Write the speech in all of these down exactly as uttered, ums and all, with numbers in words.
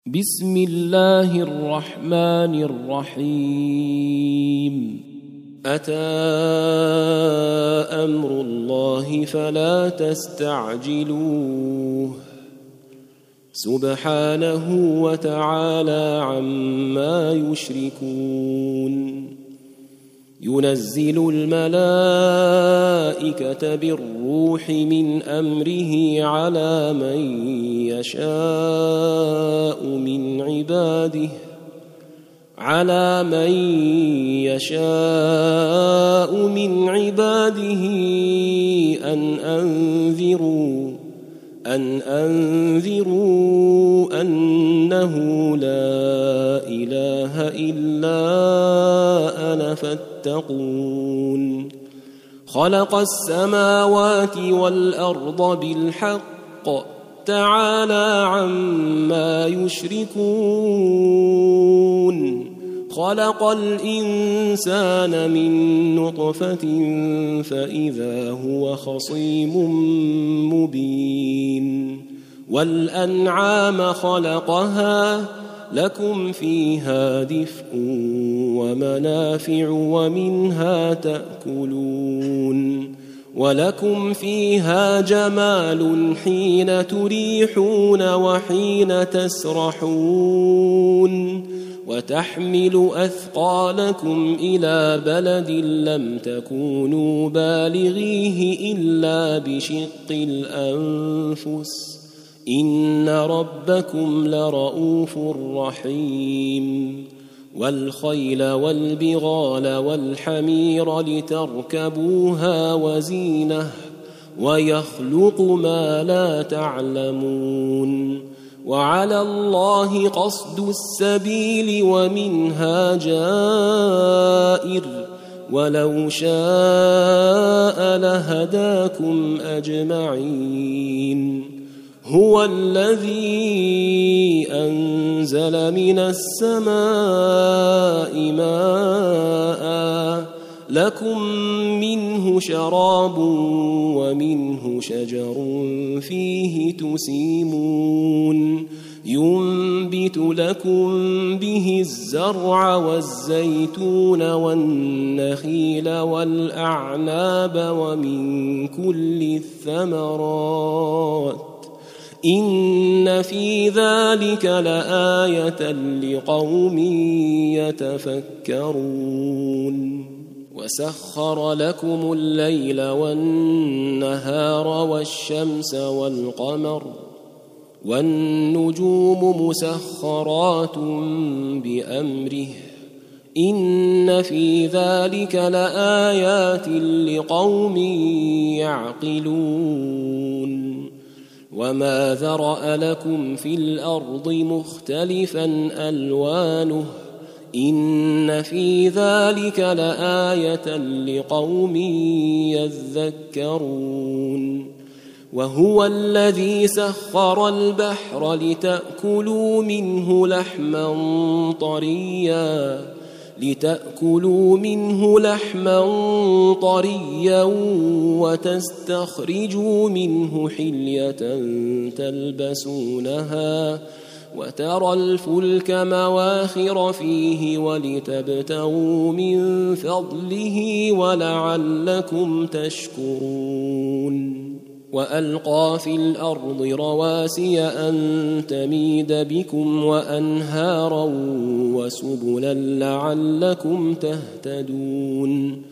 بسم الله الرحمن الرحيم أتى أمر الله فلا تستعجلوه سبحانه وتعالى عما يشركون ينزل الملائكة بالروح من أمره على من يشاء من عباده على من يشاء من عباده أن أنذروا أن أنذروا أنه لا إله إلا أنا فاتقون خلق السماوات والأرض بالحق تعالى عما يشركون خلق الإنسان من نطفة فإذا هو خصيم مبين والأنعام خلقها لكم فيها دفء ومنافع ومنها تأكلون ولكم فيها جمال حين تريحون وحين تسرحون وتحمل أثقالكم إلى بلد لم تكونوا بالغيه إلا بشق الأنفس إن ربكم لرؤوف رحيم والخيل والبغال والحمير لتركبوها وزينة ويخلق ما لا تعلمون وعلى الله قصد السبيل ومنها جائر ولو شاء لهداكم أجمعين هو الذي أنزل من السماء ماء لكم منه شراب ومنه شجر فيه تسيمون ينبت لكم به الزرع والزيتون والنخيل والأعناب ومن كل الثمرات إن في ذلك لآية لقوم يتفكرون وسخر لكم الليل والنهار والشمس والقمر والنجوم مسخرات بأمره إن في ذلك لآيات لقوم يعقلون وما ذرأ لكم في الأرض مختلفا ألوانه إن في ذلك لآية لقوم يذكرون وهو الذي سخر البحر لتأكلوا منه لحما طريا لتأكلوا منه لحما طريا وتستخرجوا منه حلية تلبسونها وترى الفلك مواخر فيه ولتبتغوا من فضله ولعلكم تشكرون وألقى في الأرض رواسي أن تميد بكم وأنهارا وسبلا لعلكم تهتدون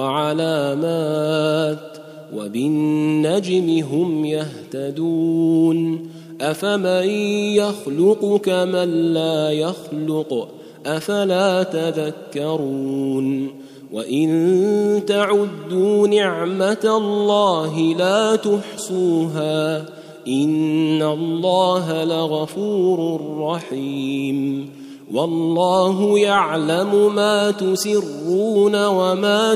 وعلامات وبالنجم هم يهتدون أفمن يخلق كمن لا يخلق أفلا تذكرون وإن تعدوا نعمة الله لا تحصوها إن الله لغفور رحيم والله يعلم ما تسرون وما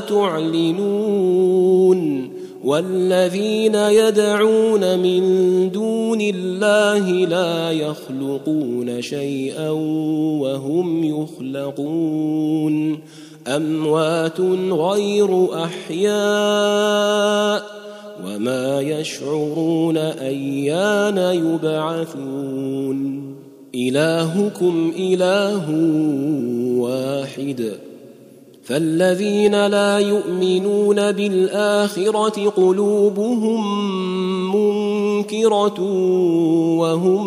تعلنون والذين يدعون من دون الله لا يخلقون شيئا وهم يخلقون أموات غير أحياء وما يشعرون أيان يبعثون إلهكم إله واحد. فالذين لا يؤمنون بالآخرة قلوبهم منكرة وهم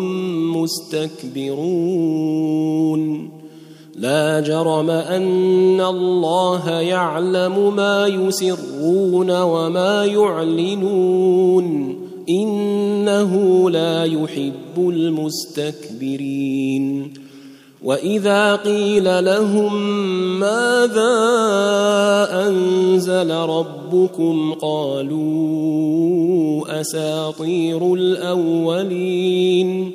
مستكبرون. لا جرم أن الله يعلم ما يسرون وما يعلنون إنه لا يحب المستكبرين. وإذا قيل لهم ماذا أنزل ربكم قالوا أساطير الأولين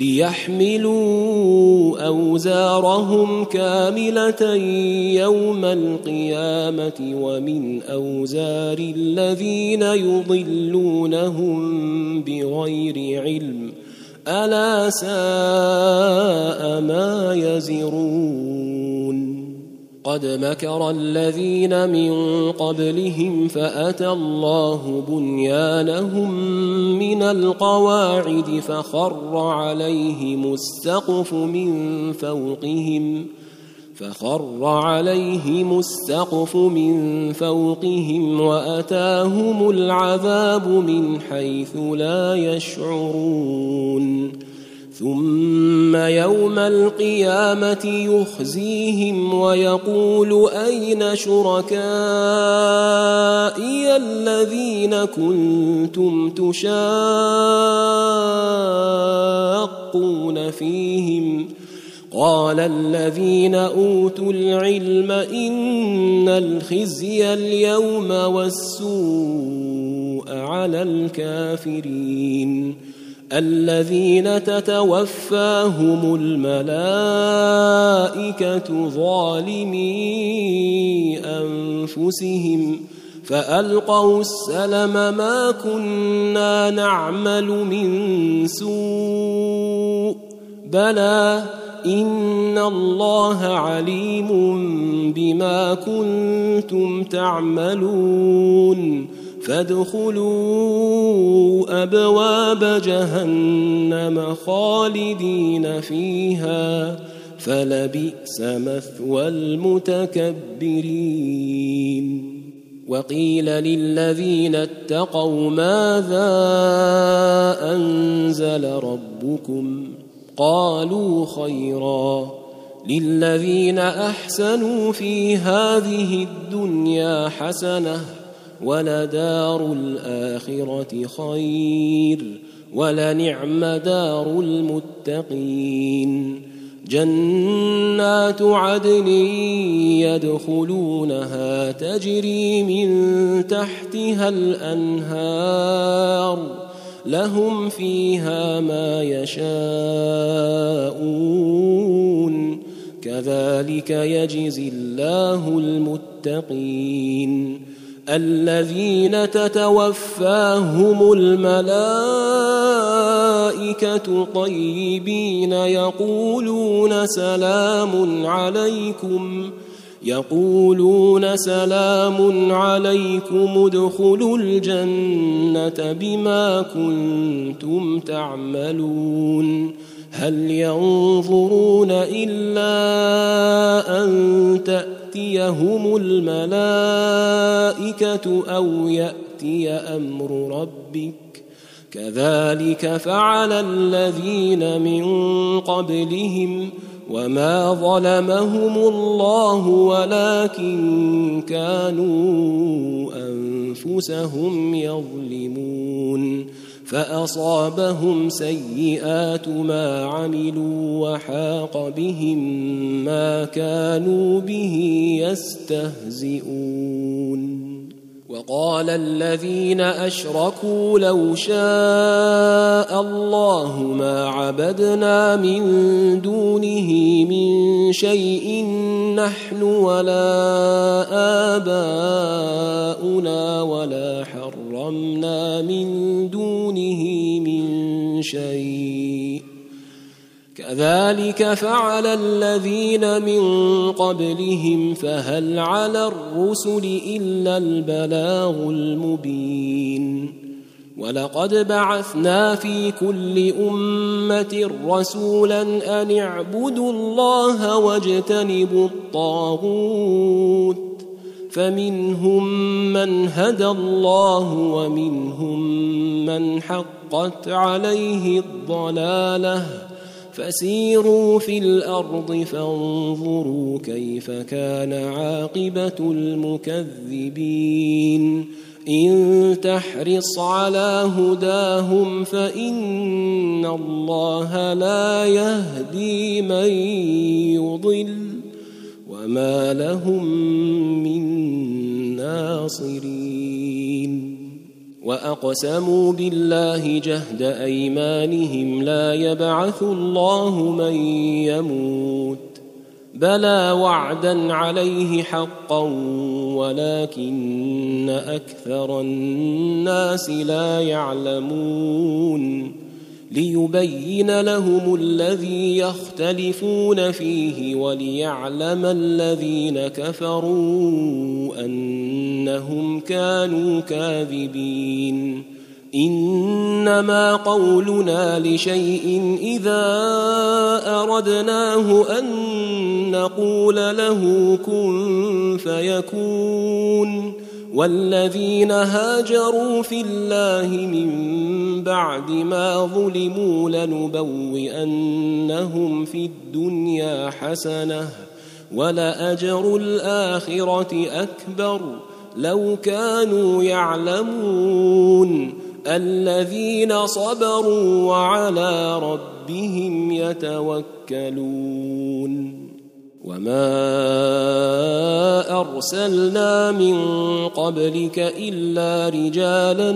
ليحملوا أوزارهم كاملة يوم القيامة ومن أوزار الذين يضلونهم بغير علم ألا ساء ما يزرون. قد مكر الذين من قبلهم فأتى الله بنيانهم من القواعد فخر عليهم السقف من فوقهم فخر عليهم السقف من فوقهم وأتاهم العذاب من حيث لا يشعرون. ثم يوم القيامة يخزيهم ويقول أين شركائي الذين كنتم تشاقون فيهم قال الذين أوتوا العلم إن الخزي اليوم والسوء على الكافرين الذين تتوفاهم الملائكة ظالمي أنفسهم فألقوا السلم ما كنا نعمل من سوء بلى إن الله عليم بما كنتم تعملون فادخلوا أبواب جهنم خالدين فيها فلبئس مثوى المتكبرين. وقيل للذين اتقوا ماذا أنزل ربكم قالوا خيرا للذين أحسنوا في هذه الدنيا حسنة ولدار الآخرة خير ولنعم دار المتقين. جنات عدن يدخلونها تجري من تحتها الأنهار لهم فيها ما يشاءون كذلك يجزي الله المتقين الذين تتوفاهم الملائكة طيبين يقولون سلام عليكم يقولون سلام عليكم ادخلوا الجنة بما كنتم تعملون. هل ينظرون إلا أن تأتيهم الملائكة أو يأتي أمر ربك كذلك فعل الذين من قبلهم وما ظلمهم الله ولكن كانوا أنفسهم يظلمون فأصابهم سيئات ما عملوا وحاق بهم ما كانوا به يستهزئون. وقال الذين أشركوا لو شاء الله ما عبدنا من دونه من شيء نحن ولا آباؤنا ولا حرمنا من دونه من شيء كذلك فعل الذين من قبلهم فهل على الرسل إلا البلاغ المبين. ولقد بعثنا في كل أمة رسولا أن اعبدوا الله واجتنبوا الطاغوت فمنهم من هدى الله ومنهم من حقت عليه الضلالة فسيروا في الأرض فانظروا كيف كان عاقبة المكذبين إن تحرص على هداهم فإن الله لا يهدي من يضل وما لهم من ناصرين وأقسموا بالله جهد أيمانهم لا يبعث الله من يموت بلى وعدا عليه حقا ولكن أكثر الناس لا يعلمون ليبين لهم الذي يختلفون فيه وليعلم الذين كفروا أنهم كانوا كاذبين إنما قولنا لشيء إذا أردناه أن نقول له كن فيكون والذين هاجروا في الله من بعد ما ظلموا لنبوئنهم في الدنيا حسنة ولأجر الآخرة أكبر لو كانوا يعلمون الذين صبروا وعلى ربهم يتوكلون وما أرسلنا من قبلك إلا رجالا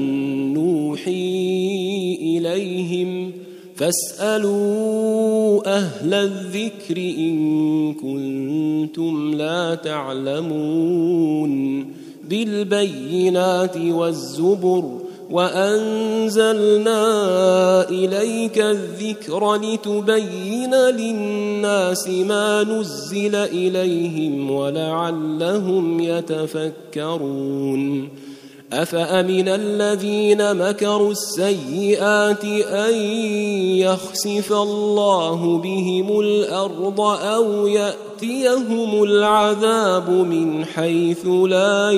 نوحي إليهم فاسألوا أهل الذكر إن كنتم لا تعلمون بالبينات والزبر وأنزلنا إليك الذكر لتبين للناس ما نزل إليهم ولعلهم يتفكرون أفأمن الذين مكروا السيئات أن يخسف الله بهم الأرض أو يأتيهم العذاب من حيث لا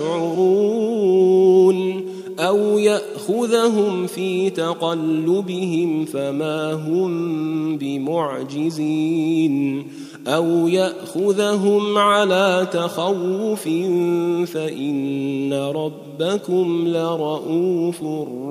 يشعرون أو يأخذهم في تقلبهم فما هم بمعجزين أو يأخذهم على تخوف فإن ربكم لرؤوف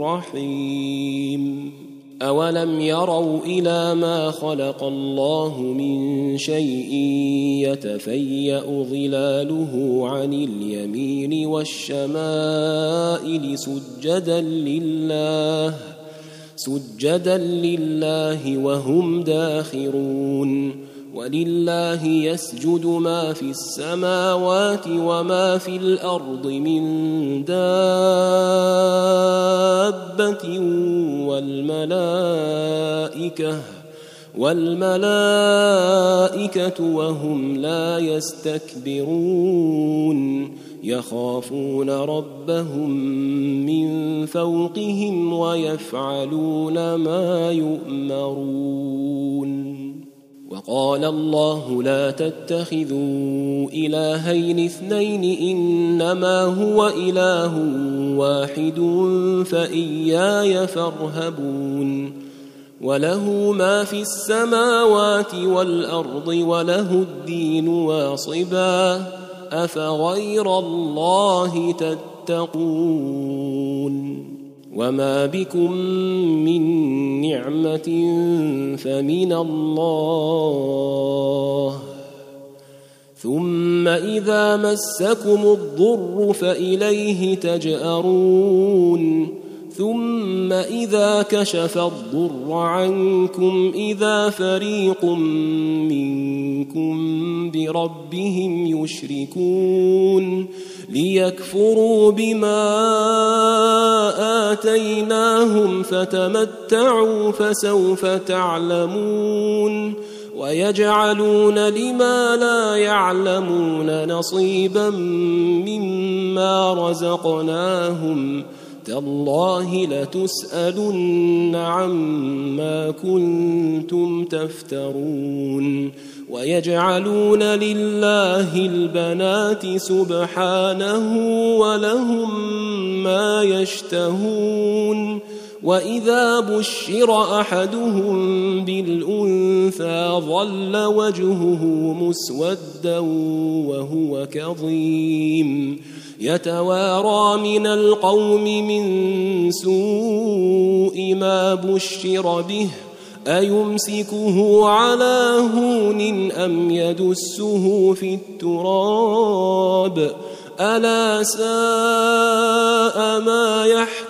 رحيم أولم يروا إلى ما خلق الله من شيء يتفيأ ظلاله عن اليمين والشمائل سجدا لله سجدا لله وهم داخرون ولله يسجد ما في السماوات وما في الأرض من دابة والملائكة والملائكة وهم لا يستكبرون يخافون ربهم من فوقهم ويفعلون ما يؤمرون وقال الله لا تتخذوا إلهين اثنين إنما هو إله واحد فإياي فارهبون وله ما في السماوات والأرض وله الدين واصبا أفغير الله تتقون وما بكم من نعمة فمن الله ثم إذا مسكم الضر فإليه تجأرون ثم إذا كشف الضر عنكم إذا فريق منكم بربهم يشركون ليكفروا بما آتيناهم فتمتعوا فسوف تعلمون ويجعلون لما لا يعلمون نصيبا مما رزقناهم تالله لتسألن عما كنتم تفترون ويجعلون لله البنات سبحانه ولهم ما يشتهون وإذا بشر أحدهم بالأنثى ظل وجهه مسودا وهو كظيم يتوارى من القوم من سوء ما بشر به أيمسكه على هون أم يدسه في التراب ألا ساء ما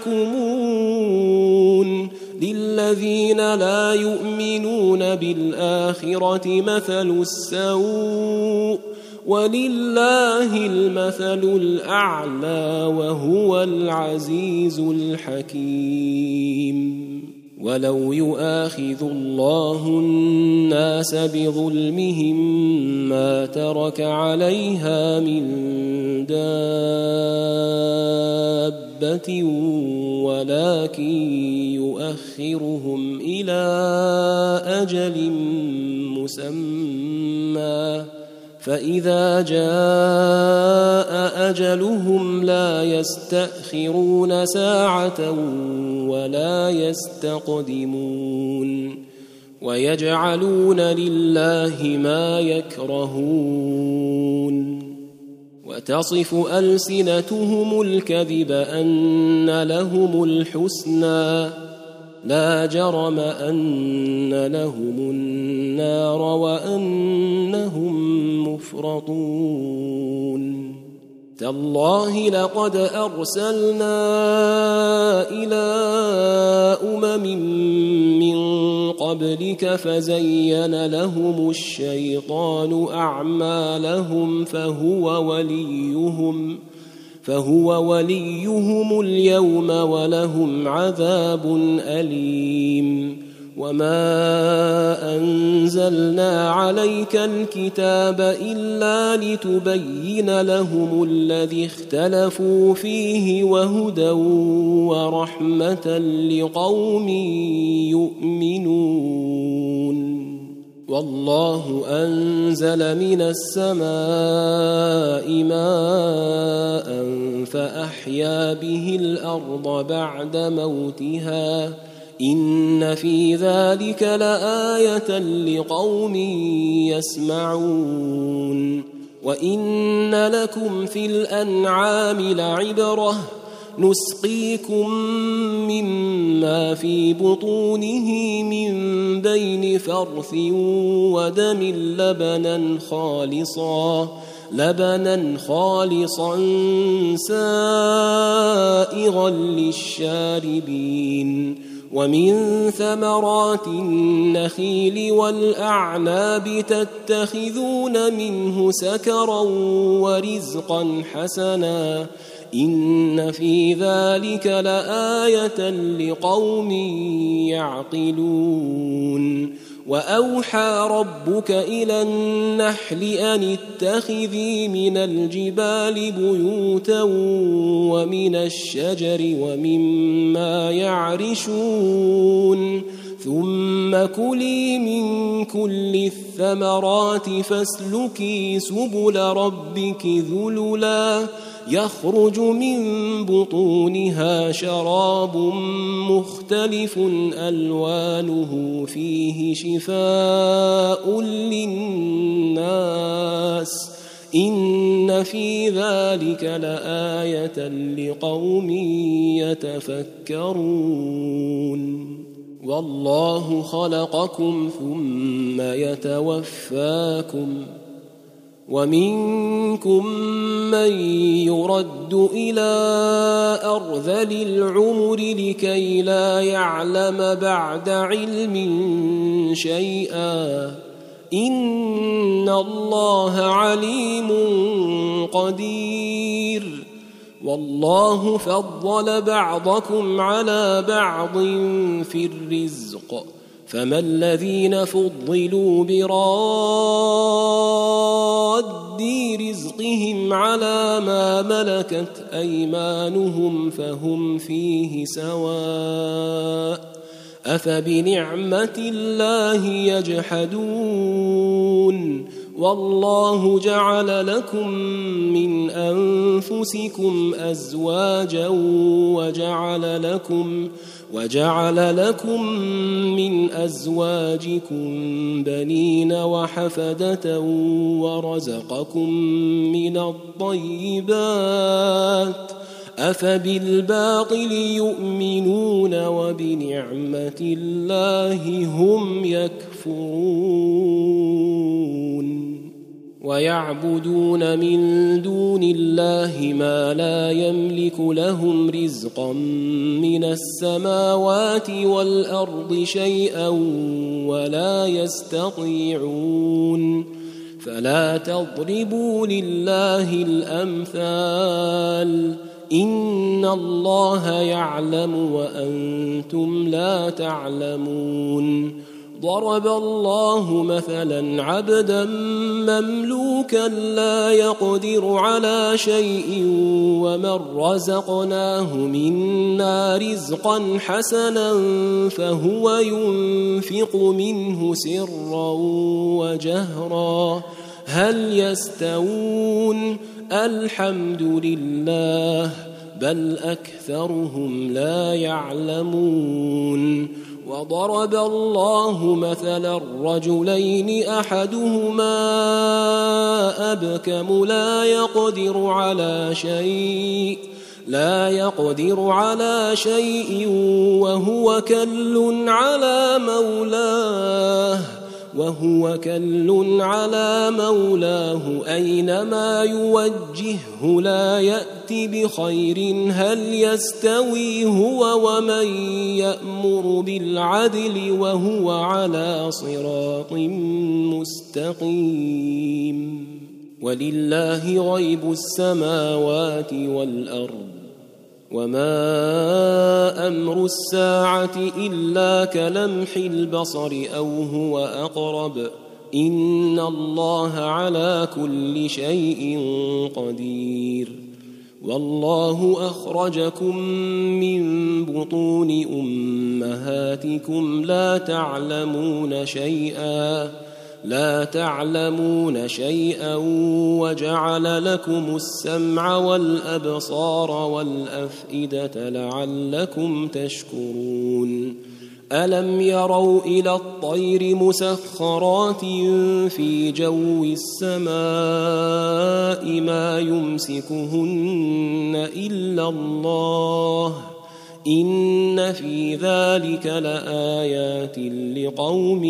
يحكمون للذين لا يؤمنون بالآخرة مثل السوء ولله المثل الأعلى وهو العزيز الحكيم ولو يؤاخذ الله الناس بظلمهم ما ترك عليها من دابة ولكن يؤخرهم إلى أجل مسمى فإذا جاء أجلهم لا يستأخرون ساعة ولا يستقدمون ويجعلون لله ما يكرهون وتصف ألسنتهم الكذب أن لهم الحسنى لا جرم أن لهم النار وأنهم مفرطون تالله لقد أرسلنا إلى أمم من قبلك فزين لهم الشيطان أعمالهم فهو وليهم فهو وليهم اليوم ولهم عذاب أليم وما أنزلنا عليك الكتاب إلا لتبين لهم الذي اختلفوا فيه وهدى ورحمة لقوم يؤمنون والله أنزل من السماء ماء فأحيا به الأرض بعد موتها إن في ذلك لآية لقوم يسمعون وإن لكم في الأنعام لعبرة نسقيكم مما في بطونه من بين فرث ودم لبنا خالصا لبنا خالصا سائغا للشاربين ومن ثمرات النخيل والأعناب تتخذون منه سكرا ورزقا حسنا إن في ذلك لآية لقوم يعقلون وأوحى ربك إلى النحل أن اتخذي من الجبال بيوتا ومن الشجر ومما يعرشون ثم كلي من كل الثمرات فاسلكي سبل ربك ذللا يخرج من بطونها شراب مختلف ألوانه فيه شفاء للناس إن في ذلك لآية لقوم يتفكرون والله خلقكم ثم يتوفاكم ومنكم من يرد إلى أرذل العمر لكي لا يعلم بعد علم شيئا إن الله عليم قدير والله فضل بعضكم على بعض في الرزق فما الذين فضلوا براد رزقهم على ما ملكت أيمانهم فهم فيه سواء أفبنعمة الله يجحدون والله جعل لكم من أنفسكم أزواجا وجعل لكم وجعل لكم من أزواجكم بنين وحفدة ورزقكم من الطيبات أفبالباطل يؤمنون وبنعمة الله هم يكفرون ويعبدون من دون الله ما لا يملك لهم رزقا من السماوات والأرض شيئا ولا يستطيعون فلا تضربوا لله الأمثال إن الله يعلم وأنتم لا تعلمون ضرب الله مثلا عبدا مملوكا لا يقدر على شيء ومن رزقناه منا رزقا حسنا فهو ينفق منه سرا وجهرا هل يستوون الحمد لله بل أكثرهم لا يعلمون وضرب الله مثلا رجلين أحدهما أبكم لا يقدر على شيء لا يقدر على شيء وهو كل على مولاه وهو كل على مولاه أينما يوجهه لا يأتي بخير هل يستوي هو ومن يأمر بالعدل وهو على صراط مستقيم ولله غيب السماوات والأرض وما أمر الساعة إلا كلمح البصر أو هو أقرب إن الله على كل شيء قدير والله أخرجكم من بطون أمهاتكم لا تعلمون شيئا لا تعلمون شيئا وجعل لكم السمع والأبصار والأفئدة لعلكم تشكرون ألم يروا إلى الطير مسخرات في جو السماء ما يمسكهن إلا الله إن في ذلك لآيات لقوم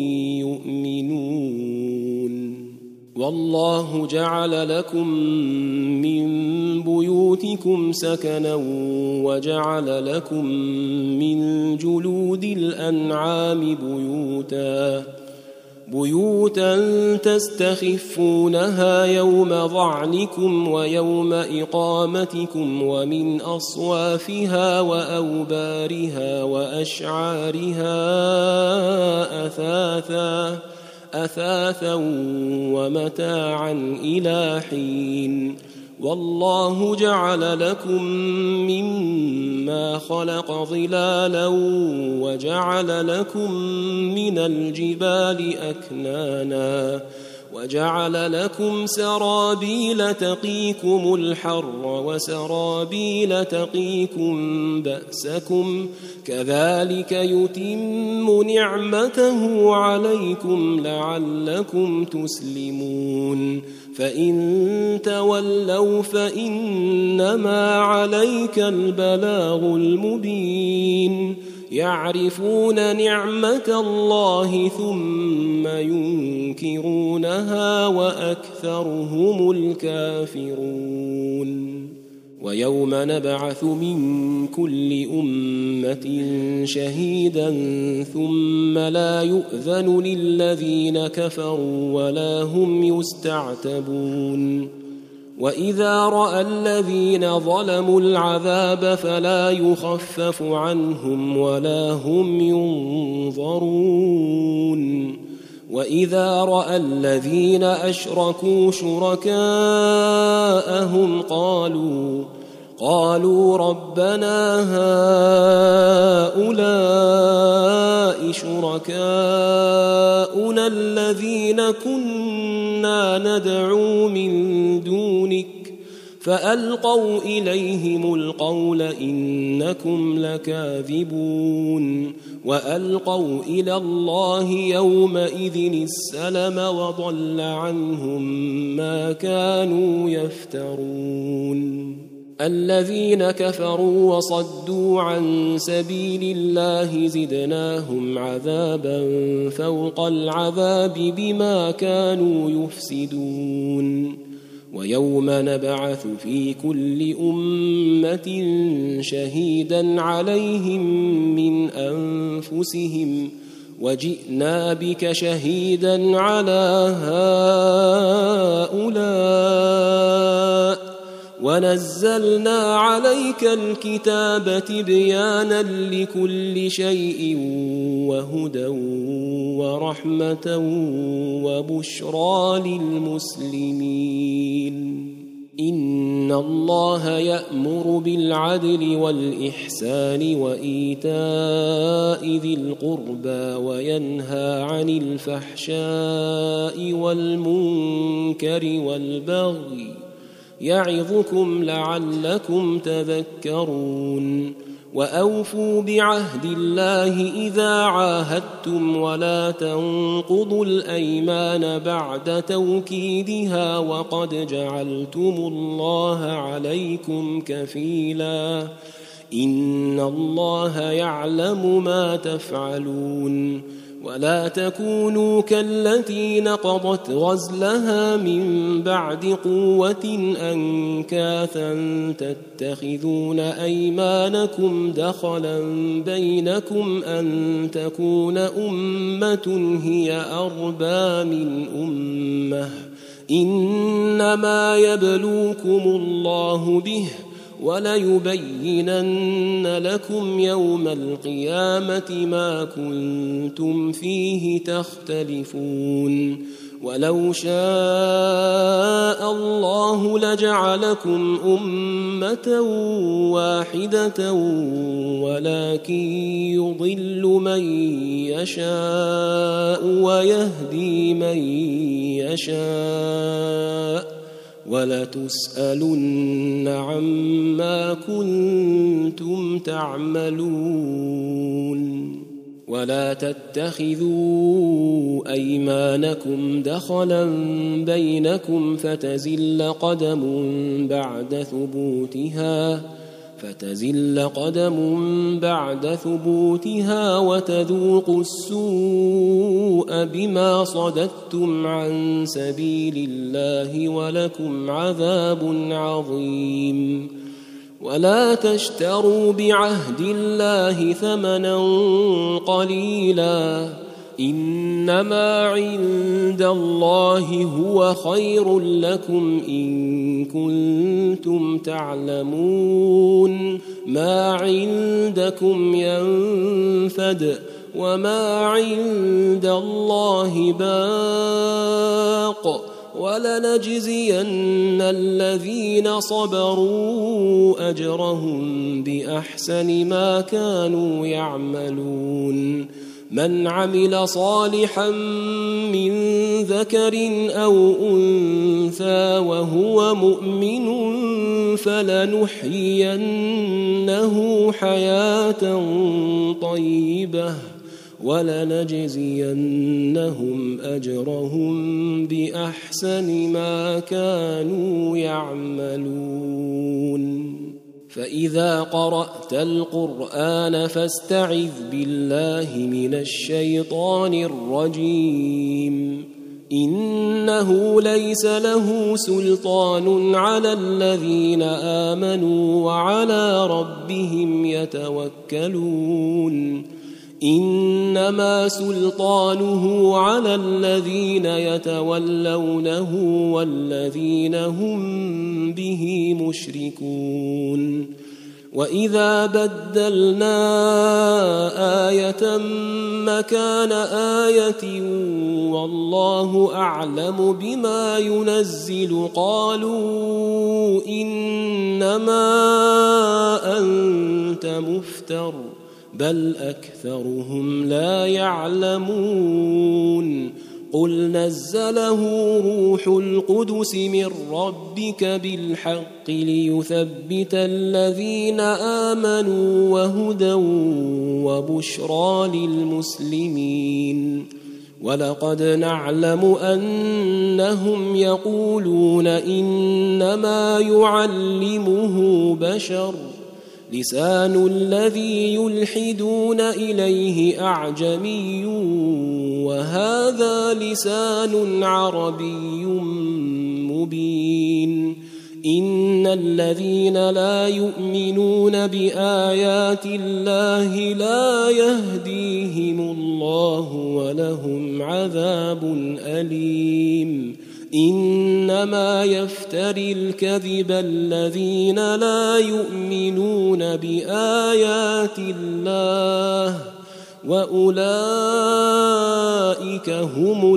يؤمنون والله جعل لكم من بيوتكم سكنا وجعل لكم من جلود الأنعام بيوتا بيوتا تستخفونها يوم ظعنكم ويوم إقامتكم ومن أصوافها وأوبارها وأشعارها أثاثا أثاثا ومتاعا إلى حين والله جعل لكم مما خلق ظلالا وجعل لكم من الجبال أكنانا وجعل لكم سرابيل تقيكم الحر وسرابيل تقيكم بأسكم كذلك يتم نعمته عليكم لعلكم تسلمون فإن تولوا فإنما عليك البلاغ المبين يعرفون نعمة الله ثم ينكرونها وأكثرهم الكافرون ويوم نبعث من كل أمة شهيدا ثم لا يؤذن للذين كفروا ولا هم يستعتبون وإذا رأى الذين ظلموا العذاب فلا يخفف عنهم ولا هم ينظرون وإذا رأى الذين أشركوا شركاءهم قالوا قالوا ربنا هؤلاء شركاؤنا الذين كنا ندعو من دونك فألقوا إليهم القول إنكم لكاذبون وألقوا إلى الله يومئذ السلم وضل عنهم ما كانوا يفترون الذين كفروا وصدوا عن سبيل الله زدناهم عذابا فوق العذاب بما كانوا يفسدون ويوم نبعث في كل أمة شهيدا عليهم من أنفسهم وجئنا بك شهيدا على هؤلاء ونزلنا عليك الكتاب تبيانا لكل شيء وهدى ورحمة وبشرى للمسلمين إن الله يأمر بالعدل والإحسان وإيتاء ذي القربى وينهى عن الفحشاء والمنكر والبغي يعظكم لعلكم تذكرون وأوفوا بعهد الله إذا عاهدتم ولا تنقضوا الأيمان بعد توكيدها وقد جعلتم الله عليكم كفيلا إن الله يعلم ما تفعلون ولا تكونوا كالتي نقضت غزلها من بعد قوة أنكاثا تتخذون أيمانكم دخلا بينكم أن تكون أمة هي أربى من أمة إنما يبلوكم الله به وليبينن لكم يوم القيامة ما كنتم فيه تختلفون ولو شاء الله لجعلكم أمة واحدة ولكن يضل من يشاء ويهدي من يشاء ولتسألن عما كنتم تعملون ولا تتخذوا أيمانكم دخلا بينكم فتزل قدم بعد ثبوتها فتزل قدم بعد ثبوتها وتذوقوا السوء بما صددتم عن سبيل الله ولكم عذاب عظيم ولا تشتروا بعهد الله ثمنا قليلا إنما عند الله هو خير لكم إن كنتم تعلمون ما عندكم ينفد وما عند الله باق ولنجزين الذين صبروا أجرهم بأحسن ما كانوا يعملون من عمل صالحا من ذكر أو أنثى وهو مؤمن فلنحيينه حياة طيبة ولنجزينهم أجرهم بأحسن ما كانوا يعملون فإذا قرأت القرآن فاستعذ بالله من الشيطان الرجيم إنه ليس له سلطان على الذين آمنوا وعلى ربهم يتوكلون إنما سلطانه على الذين يتولونه والذين هم به مشركون وإذا بدلنا آية مكان آية والله أعلم بما ينزل قالوا إنما أنت مفتر بل أكثرهم لا يعلمون قل نزله روح القدس من ربك بالحق ليثبت الذين آمنوا وهدى وبشرى للمسلمين ولقد نعلم أنهم يقولون إنما يعلمه بشر لسان الذي يلحدون إليه أعجمي وهذا لسان عربي مبين إن الذين لا يؤمنون بآيات الله لا يهديهم الله ولهم عذاب أليم إنما يفتري الكذب الذين لا يؤمنون بآيات الله وأولئك هم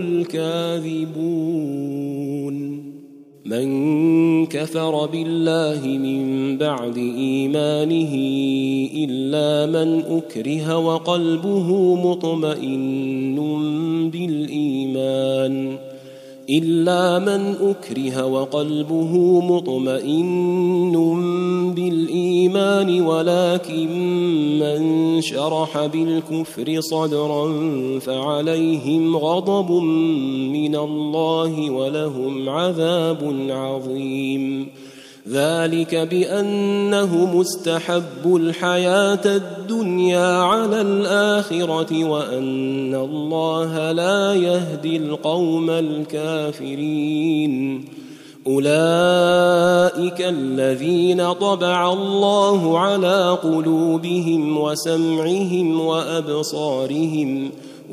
الكاذبون من كفر بالله من بعد إيمانه إلا من أكره وقلبه مطمئن بالإيمان إلا من أكره وقلبه مطمئن بالإيمان ولكن من شرح بالكفر صدرا فعليهم غضب من الله ولهم عذاب عظيم ذلك بأنه مستحب الحياة الدنيا على الآخرة وأن الله لا يهدي القوم الكافرين أولئك الذين طبع الله على قلوبهم وسمعهم وأبصارهم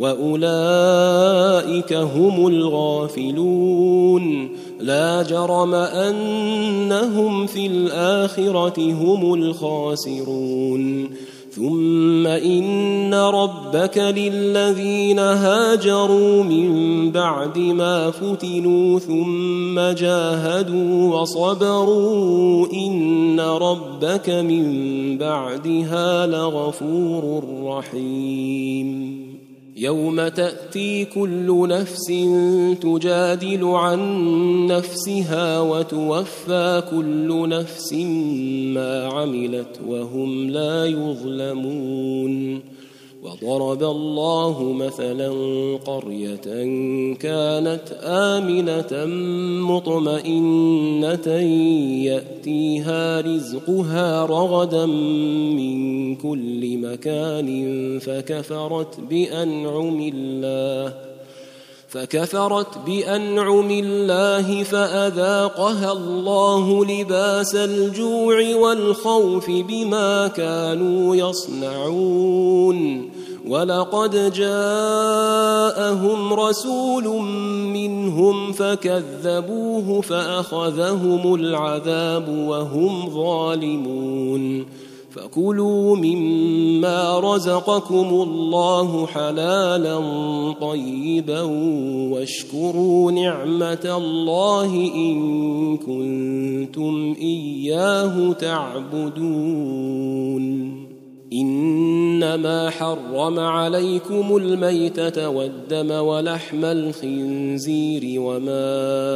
وأولئك هم الغافلون لا جرم أنهم في الآخرة هم الخاسرون ثم إن ربك للذين هاجروا من بعد ما فتنوا ثم جاهدوا وصبروا إن ربك من بعدها لغفور رحيم يوم تأتي كل نفس تجادل عن نفسها وتوفى كل نفس ما عملت وهم لا يظلمون وضرب الله مثلا قرية كانت آمنة مطمئنة يأتيها رزقها رغدا من كل مكان فكفرت بأنعم الله فكفرت بأنعم الله فأذاقها الله لباس الجوع والخوف بما كانوا يصنعون ولقد جاءهم رسول منهم فكذبوه فأخذهم العذاب وهم ظالمون فكلوا مما رزقكم الله حلالا طيبا واشكروا نعمة الله إن كنتم إياه تعبدون إنما حرم عليكم الميتة والدم ولحم الخنزير وما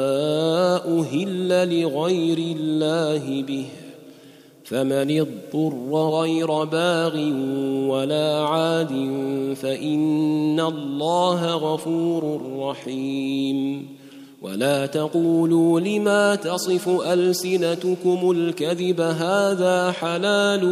أهل لغير الله به فمن اضطر غير باغ ولا عاد فإن الله غفور رحيم ولا تقولوا لما تصف ألسنتكم الكذب هذا حلال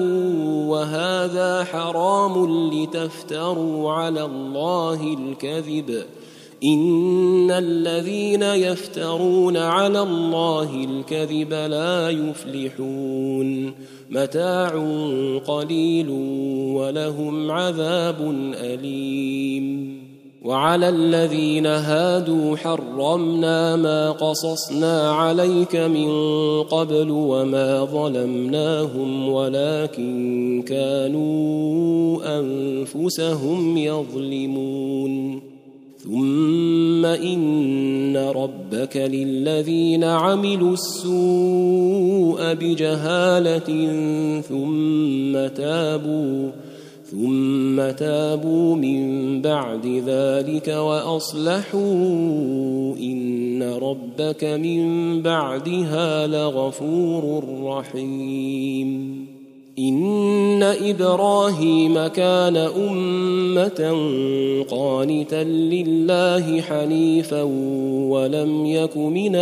وهذا حرام لتفتروا على الله الكذب إن الذين يفترون على الله الكذب لا يفلحون متاع قليل ولهم عذاب أليم وعلى الذين هادوا حرمنا ما قصصنا عليك من قبل وما ظلمناهم ولكن كانوا أنفسهم يظلمون ثم إن ربك للذين عملوا السوء بجهالة ثم تابوا ثم تابوا من بعد ذلك وأصلحوا إن ربك من بعدها لغفور رحيم إن إبراهيم كان أمة قانتا لله حنيفا ولم يك من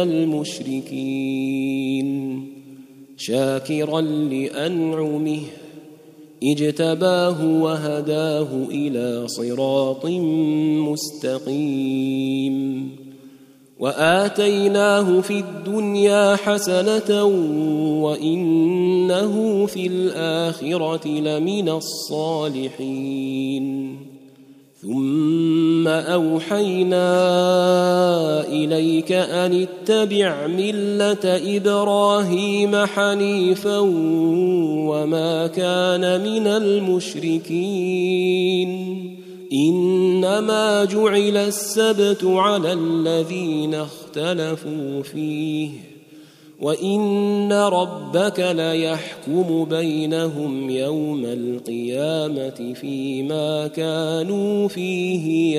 المشركين شاكرا لأنعمه اجتباه وهداه إلى صراط مستقيم وآتيناه في الدنيا حسنة وإنه في الآخرة لمن الصالحين ثم أوحينا إليك أن اتبع ملة إبراهيم حنيفا وما كان من المشركين إنما جعل السبت على الذين اختلفوا فيه وإن ربك ليحكم بينهم يوم القيامة فيما كانوا فيه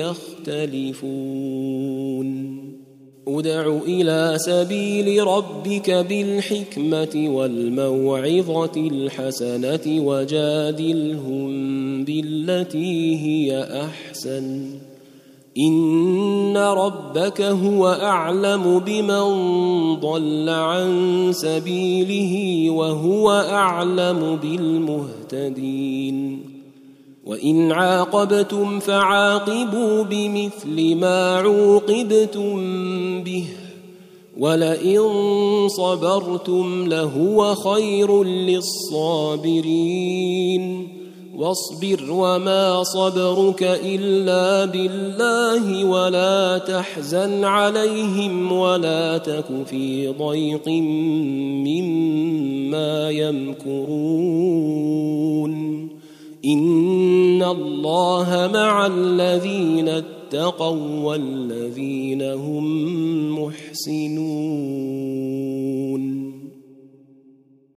يختلفون ادع إلى سبيل ربك بالحكمة والموعظة الحسنة وجادلهم بالتي هي أحسن إن ربك هو أعلم بمن ضل عن سبيله وهو أعلم بالمهتدين وإن عاقبتم فعاقبوا بمثل ما عوقبتم به ولئن صبرتم لهو خير للصابرين واصبر وما صبرك إلا بالله ولا تحزن عليهم ولا تك في ضيق مما يمكرون إن الله مع الذين اتقوا والذين هم محسنون